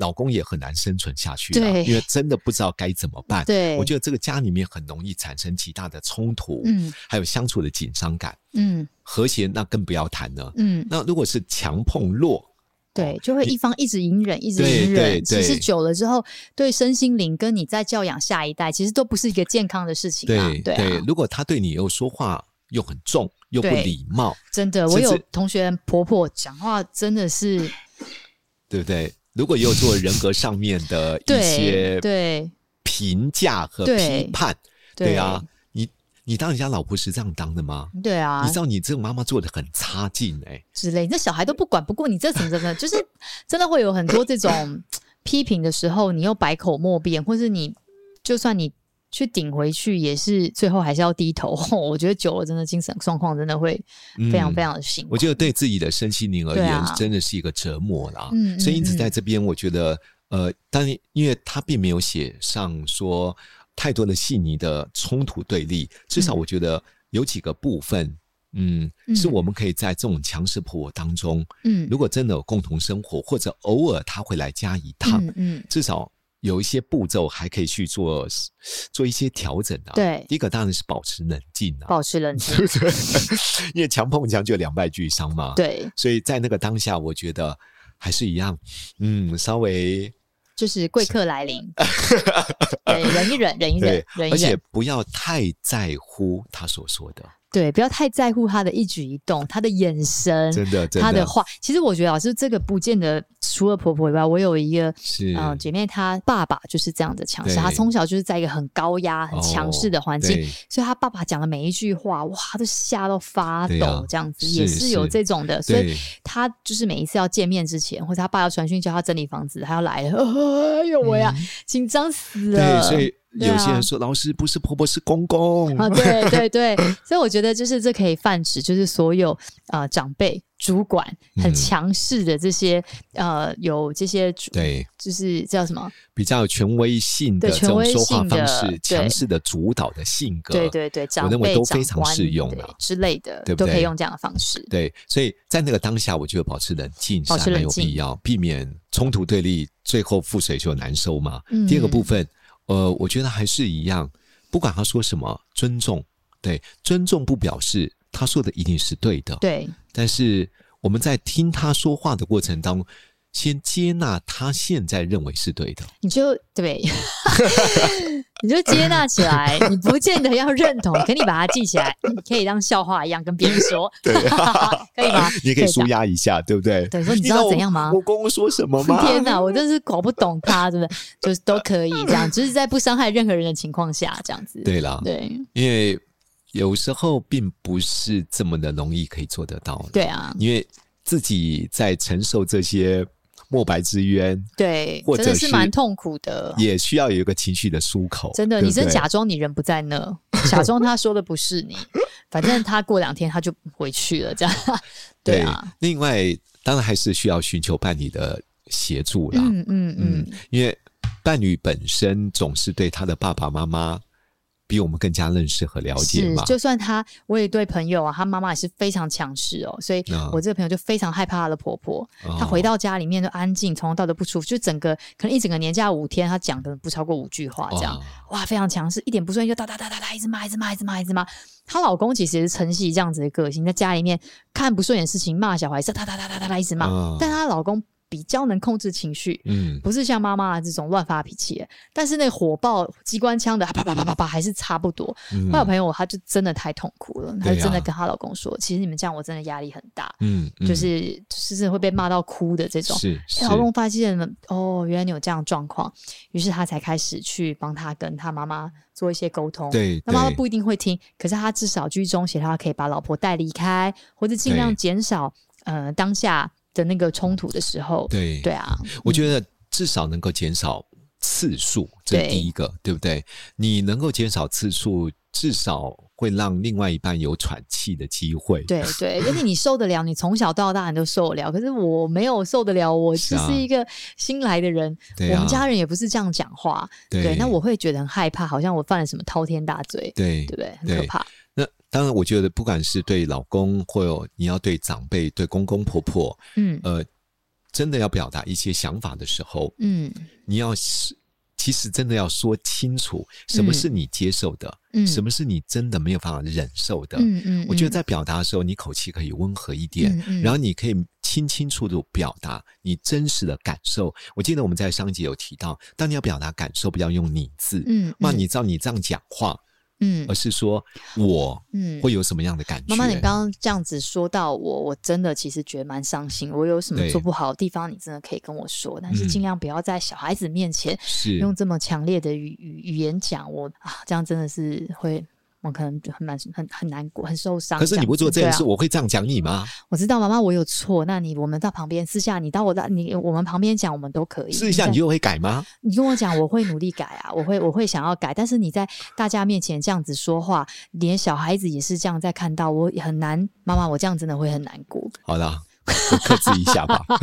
老公也很难生存下去对， 因为真的不知道该怎么办。 对， 我觉得这个家里面很容易产生极大的冲突，还有相处的紧张感，和谐那更不要谈了。那如果是强碰弱， 对，就会一方一直隐忍，一直隐忍。其实久了之后，对身心灵跟你在教养下一代，其实都不是一个健康的事情啊。 对，如果他对你又说话又很重，又不礼貌， 真的，我有同学婆婆讲话真的是， 对不对？如果有做人格上面的一些评价和批判，对啊，你当人家老婆是这样当的吗？ 对啊， 你知道你这个妈妈做的很差劲之类，你这小孩都不管，不过你这怎么就是真的会有很多这种批评的时候，你又百口莫辩，或是你就算你去顶回去，也是最后还是要低头。我觉得久了，真的精神状况真的会非常非常的辛苦。 我觉得对自己的身心灵而言，真的是一个折磨啦。所以因此在这边，我觉得当然，因为他并没有写上说太多的细腻的冲突对立，至少我觉得有几个部分，是我们可以在这种强势婆婆当中，如果真的有共同生活，或者偶尔他会来家一趟，至少有一些步骤还可以去做一些调整啊。 对， 第一个当然是保持冷静啊， 保持冷静， 对不对？因为强碰强就两败俱伤嘛。 对， 所以在那个当下，我觉得还是一样，稍微就是贵客来临，对，忍一忍，忍一忍， 而且不要太在乎他所说的。 对，不要太在乎他的一举一动，他的眼神， 真的他的话。其实我觉得老师这个不见得除了婆婆以外，我有一个姐妹，她爸爸就是这样的强势，她从小就是在一个很高压、很强势的环境，所以她爸爸讲的每一句话，哇，都吓到发抖，这样子也是有这种的。所以她就是每一次要见面之前，或者她爸要传讯叫她整理房子，她要来了，哎呦喂呀，紧张死了。 对，所以有些人说老师不是婆婆是公公啊，对对对，所以我觉得就是这可以泛指，就是所有长辈、主管很强势的这些有这些对， 就是叫什么比较有权威性的这种说话方式，强势的主导的性格， 对对对， 我认为都非常适用的之类的， 对不对？ 都可以用这样的方式。 对，所以在那个当下，我觉得保持冷静是很有必要，避免冲突对立，最后覆水就难收嘛。第二个部分。我觉得还是一样，不管他说什么，尊重，对，尊重不表示他说的一定是对的， 对。 但是我们在听他说话的过程当中，先接纳他现在认为是对的， 你就对，你就接纳起来，你不见得要认同，可你把它记起来，你可以当笑话一样跟别人说， 对， 可以吗？ 你可以抒压一下，对不对？ 对，说你知道怎样吗？ 我公公说什么吗？ 天哪，我真是搞不懂他，对不对？就是都可以这样，就是在不伤害任何人的情况下，这样子。 对啦， 对， 因为有时候并不是这么的容易可以做得到的。 对啊， 因为自己在承受这些莫白之冤， 对， 或者真的是蛮痛苦的， 也需要有一个情绪的出口。 真的， 对对你真假装你人不在那，假装他说的不是你，反正他过2天他就回去了，这样。对啊。 另外，当然还是需要寻求伴侣的协助啦。因为伴侣本身总是对他的爸爸妈妈比我们更加认识和了解嘛。 就算我有一对朋友啊，他妈妈也是非常强势哦，所以我这个朋友就非常害怕他的婆婆。她回到家里面就安静，从头到尾不出去，就可能一整个年假5天，她讲的不超过5句话，这样哇，非常强势，一点不顺就哒哒哒哒哒一直骂，一直骂，一直骂，一直骂。她老公其实也是承袭这样子的个性，在家里面看不顺眼事情骂小孩，是哒哒哒哒哒哒一直骂，但她老公比较能控制情绪，不是像妈妈这种乱发脾气的，但是那个火爆机关枪的啪啪啪啪啪还是差不多。我有朋友他就真的太痛苦了，他就真的跟她老公说，其实你们这样我真的压力很大，就是会被骂到哭的这种。老公发现了原来你有这样的状况，于是他才开始去帮他跟他妈妈做一些沟通。 对， 那妈妈不一定会听，可是他至少居中协他可以把老婆带离开，或者尽量减少当下的那个冲突的时候。对啊， 我觉得至少能够减少次数，这是第一个， 对不对？你能够减少次数，至少会让另外一半有喘气的机会。 对对，而且你受得了，你从小到大你都受得了，可是我没有受得了，我就是一个新来的人，我们家人也不是这样讲话，对，那我会觉得很害怕，好像我犯了什么滔天大罪，对不对？很可怕。 那当然我觉得不管是对老公或你要对长辈对公公婆婆真的要表达一些想法的时候，你要其实真的要说清楚什么是你接受的，什么是你真的没有办法忍受的。我觉得在表达的时候，你口气可以温和一点，然后你可以清楚地表达你真实的感受。我记得我们在上一集有提到，当你要表达感受，不要用你字，那你知道你这样讲话，而是说我会有什么样的感觉。 妈妈，你刚刚这样子说到我真的其实觉得蛮伤心，我有什么做不好的地方你真的可以跟我说，但是尽量不要在小孩子面前用这么强烈的语言讲我这样真的是会我可能很难过，很受伤。 可是你不做这件事，我会这样讲你吗？ 我知道妈妈我有错，那我们到旁边私下，我们旁边讲，我们都可以。 私下你就会改吗？ 你跟我讲，我会努力改啊，我会想要改。但是你在大家面前这样子说话，连小孩子也是这样在看到，我很难。妈妈，我这样真的会很难过。 好啦，我克制一下吧。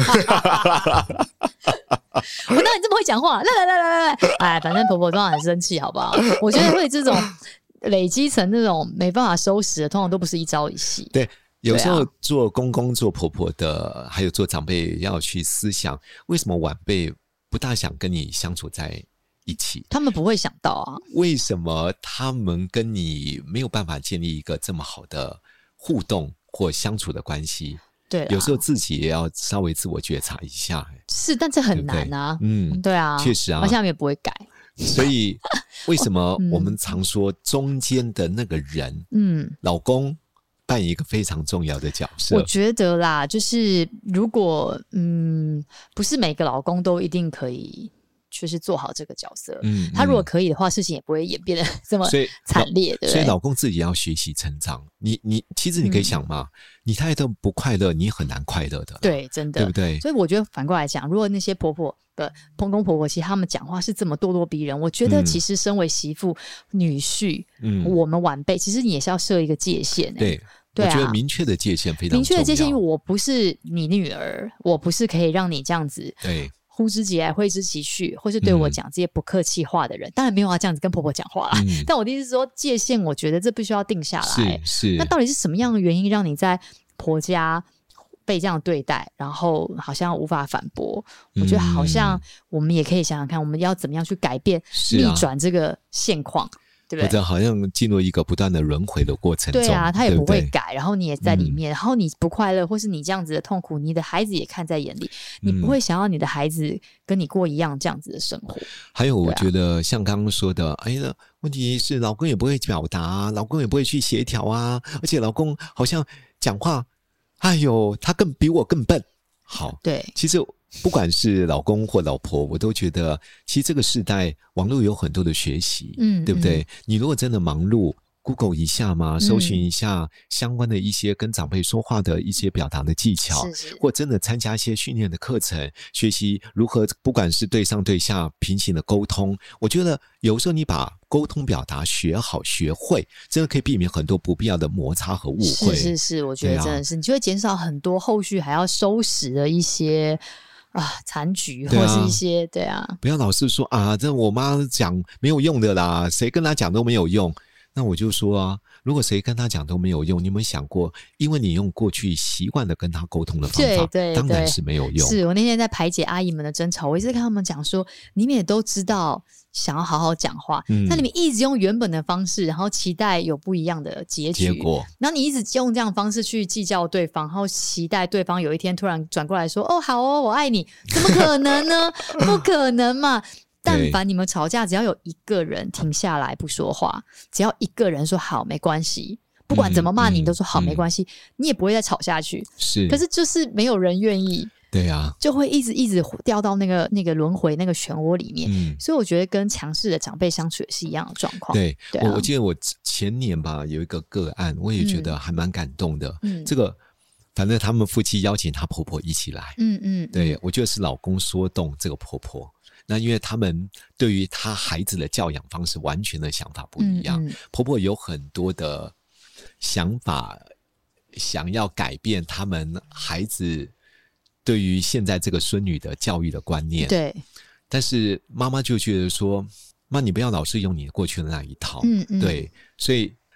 我哪你这么会讲话？来，反正婆婆通常很生气，好不好？我觉得会这种累积成那种没办法收拾的，通常都不是一朝一夕。 对，有时候做公公做婆婆的，还有做长辈，要去思想为什么晚辈不大想跟你相处在一起。 他们不会想到啊， 为什么他们跟你没有办法建立一个这么好的互动或相处的关系。 对， 有时候自己也要稍微自我觉察一下。 是，但这很难啊。对啊， 确实啊， 而且他们也不会改。 所以为什么我们常说中间的那个人，老公扮演一个非常重要的角色？ 我觉得啦，就是如果不是每个老公都一定可以就是做好这个角色，他如果可以的话，事情也不会演变得这么惨烈，对不对？ 所以老公自己要学习成长。你其实你可以想嘛，你太太不快乐，你很难快乐的。 对，真的， 对不对？ 所以我觉得反过来讲，如果那些婆婆的公公婆婆，其实他们讲话是这么咄咄逼人，我觉得其实身为媳妇、女婿，我们晚辈，其实你也是要设一个界限。 对。我觉得明确的界限非常重要。 明确的界限，因为我不是你女儿，我不是可以让你这样子对呼之即来挥之即去，或是对我讲这些不客气话的人，当然没有要这样子跟婆婆讲话啦。但我的意思是说，界限我觉得这必须要定下来。 是。 那到底是什么样的原因让你在婆家被这样对待，然后好像无法反驳？我觉得好像我们也可以想想看，我们要怎么样去改变、逆转这个现况。对不对？ 或者好像进入一个不断的轮回的过程中。 对啊，他也不会改，然后你也在里面，然后你不快乐，或是你这样子的痛苦，你的孩子也看在眼里，你不会想要你的孩子跟你过一样这样子的生活。 还有我觉得像刚刚说的，问题是老公也不会表达，老公也不会去协调啊，而且老公好像讲话，他比我更笨。好， 对， 其实不管是老公或老婆，我都觉得其实这个时代网络有很多的学习，对不对？你如果真的忙碌 Google 一下嘛，搜寻一下相关的一些跟长辈说话的一些表达的技巧，或真的参加一些训练的课程，学习如何不管是对上对下平行的沟通。我觉得有时候你把沟通表达学好学会，真的可以避免很多不必要的摩擦和误会。 是，我觉得真的是，你就会减少很多后续还要收拾的一些残局，或是一些对啊， 不要老是说这我妈讲没有用的啦，谁跟她讲都没有用。那我就说如果谁跟他讲都没有用，你有没有想过，因为你用过去习惯的跟他沟通的方法， 对， 当然是没有用。 是我那天在排解阿姨们的争吵，我一直跟他们讲说，你们也都知道想要好好讲话，但你们一直用原本的方式，然后期待有不一样的结果，然后你一直用这样的方式去计较对方，然后期待对方有一天突然转过来说好我爱你，怎么可能呢？不可能嘛。但凡你们吵架，只要有一个人停下来不说话，只要一个人说好没关系，不管怎么骂你都说好没关系，你也不会再吵下去。 是， 可是就是没有人愿意。 对啊， 就会一直掉到那个轮回那个漩涡里面。所以我觉得跟强势的长辈相处也是一样的状况。 对，我记得我前年吧有一个个案，我也觉得还蛮感动的。这个反正他们夫妻邀请她婆婆一起来。对，我觉得是老公说动这个婆婆。那因为他们对于他孩子的教养方式完全的想法不一样，婆婆有很多的想法想要改变他们孩子对于现在这个孙女的教育的观念。 对， 但是妈妈就觉得说，妈你不要老是用你过去的那一套。对，所以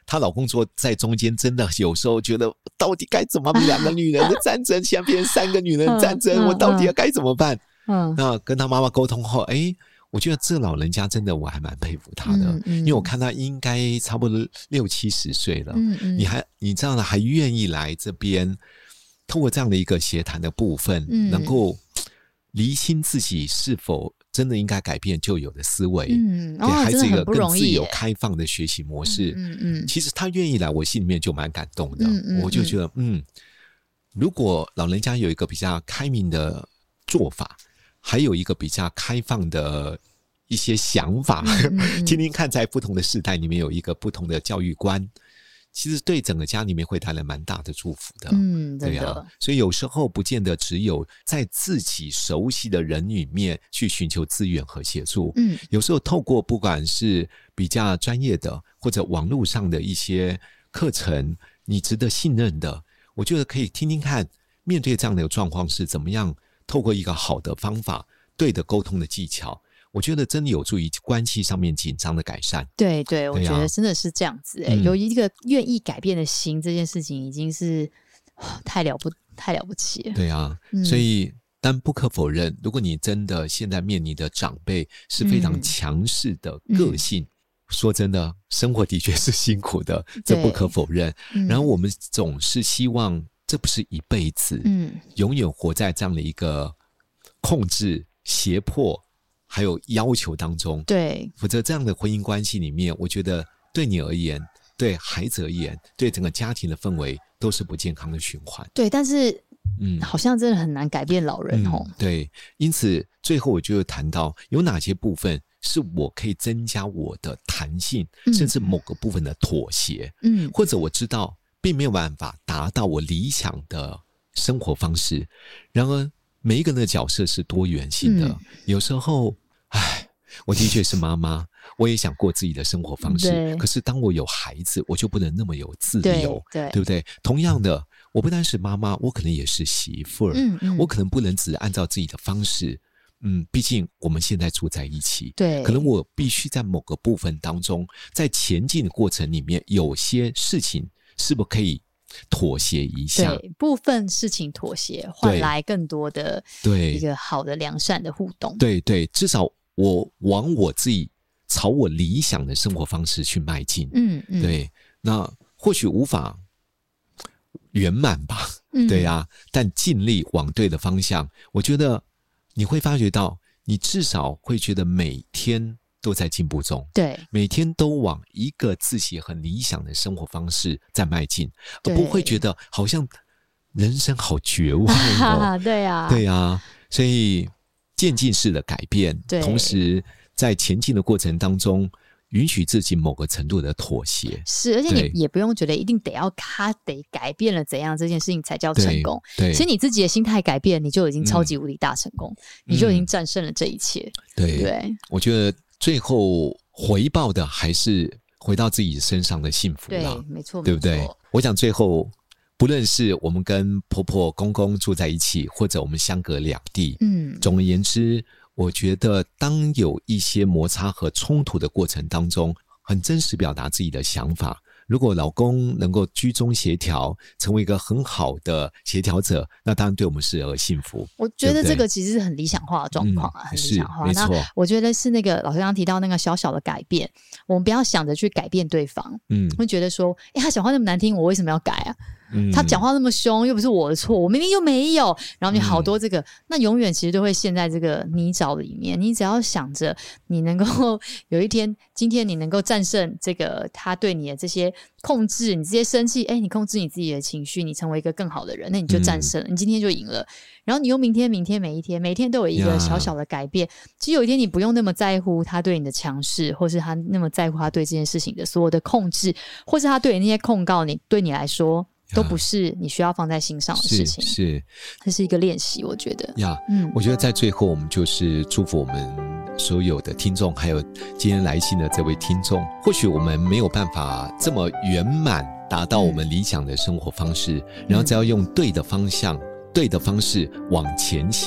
她老公坐在中间，真的有时候觉得到底该怎么办？2个女人的战争，现在变成3个女人的战争，我到底该怎么办？那跟她妈妈沟通后，我觉得这老人家真的我还蛮佩服他的，因为我看他应该差不多60-70岁了，你这样的还愿意来这边，透过这样的一个协谈的部分，能够厘清自己是否真的应该改变旧有的思维，给孩子一个更自由开放的学习模式。其实他愿意来，我心里面就蛮感动的。我就觉得，如果老人家有一个比较开明的做法，还有一个比较开放的一些想法，听听看，在不同的世代里面有一个不同的教育观，其实对整个家里面会带来蛮大的祝福的。对啊，所以有时候不见得只有在自己熟悉的人里面去寻求资源和协助，有时候透过不管是比较专业的或者网络上的一些课程，你值得信任的，我觉得可以听听看，面对这样的状况是怎么样透过一个好的方法，对的沟通的技巧，我觉得真的有助于关系上面紧张的改善。 对对，我觉得真的是这样子。有一个愿意改变的心，这件事情已经是太了不起了。 对啊，所以但不可否认，如果你真的现在面临的长辈是非常强势的个性，说真的，生活的确是辛苦的，这不可否认。然后我们总是希望这不是一辈子，永远活在这样的一个控制、胁迫还有要求当中。对，否则这样的婚姻关系里面，我觉得对你而言，对孩子而言，对整个家庭的氛围都是不健康的循环。 对，但是好像真的很难改变老人对，因此最后我就谈到有哪些部分是我可以增加我的弹性，甚至某个部分的妥协，或者我知道并没有办法达到我理想的生活方式。然而每一个人的角色是多元性的，有时候我的确是妈妈，我也想过自己的生活方式，可是当我有孩子，我就不能那么有自由， 对不对？同样的，我不单是妈妈，我可能也是媳妇儿，我可能不能只按照自己的方式，毕竟我们现在住在一起，对，可能我必须在某个部分当中，在前进的过程里面，有些事情是不是可以妥协一下？ 对，部分事情妥协，换来更多的一个好的良善的互动。 对对，至少我往我自己朝我理想的生活方式去迈进。对，那或许无法圆满吧，对啊，但尽力往对的方向，我觉得你会发觉到，你至少会觉得每天都在进步中，对，每天都往一个自己很理想的生活方式在迈进，而不会觉得好像人生好绝望对啊， 对啊，所以渐进式的改变，同时在前进的过程当中，允许自己某个程度的妥协， 是，而且你也不用觉得一定他得改变了怎样这件事情才叫成功。对，其实你自己的心态改变，你就已经超级无敌大成功，你就已经战胜了这一切。对， 我觉得最后回报的还是回到自己身上的幸福啦， 对，没错， 对不对？我想最后，不论是我们跟婆婆公公住在一起，或者我们相隔两地，总而言之，我觉得当有一些摩擦和冲突的过程当中，很真实表达自己的想法，如果老公能够居中协调，成为一个很好的协调者，那当然对我们是很幸福。 我觉得这个其实是很理想化的状况很理想化。 没错， 那我觉得是那个老师刚刚提到那个小小的改变，我们不要想着去改变对方，会觉得说，他讲话那么难听，我为什么要改啊？他讲话那么凶，又不是我的错，我明明又没有，然后你好多这个，那永远其实都会陷在这个泥沼里面。你只要想着你能够有一天，今天你能够战胜这个他对你的这些控制，你这些生气，你控制你自己的情绪，你成为一个更好的人，那你就战胜了，你今天就赢了。然后你用明天每一天都有一个小小的改变，其实有一天你不用那么在乎他对你的强势，或是他那么在乎他对这件事情的所有的控制，或是他对你那些控告，你对你来说都不是你需要放在心上的事情，是这是一个练习，我觉得我觉得在最后我们就是祝福我们所有的听众，还有今天来信的这位听众，或许我们没有办法这么圆满达到我们理想的生活方式，然后只要用对的方向对的方式往前行，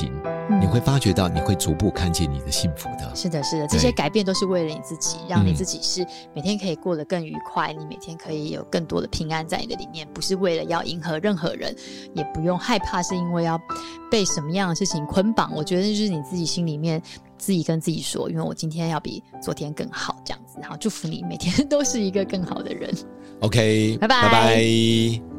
你会发觉到你会逐步看见你的幸福的。 是的是的，这些改变都是为了你自己，让你自己是每天可以过得更愉快，你每天可以有更多的平安在你的里面，不是为了要迎合任何人，也不用害怕是因为要被什么样的事情捆绑。我觉得就是你自己心里面自己跟自己说，因为我今天要比昨天更好，这样子。然后祝福你每天都是一个更好的人。 OK， 拜拜拜拜。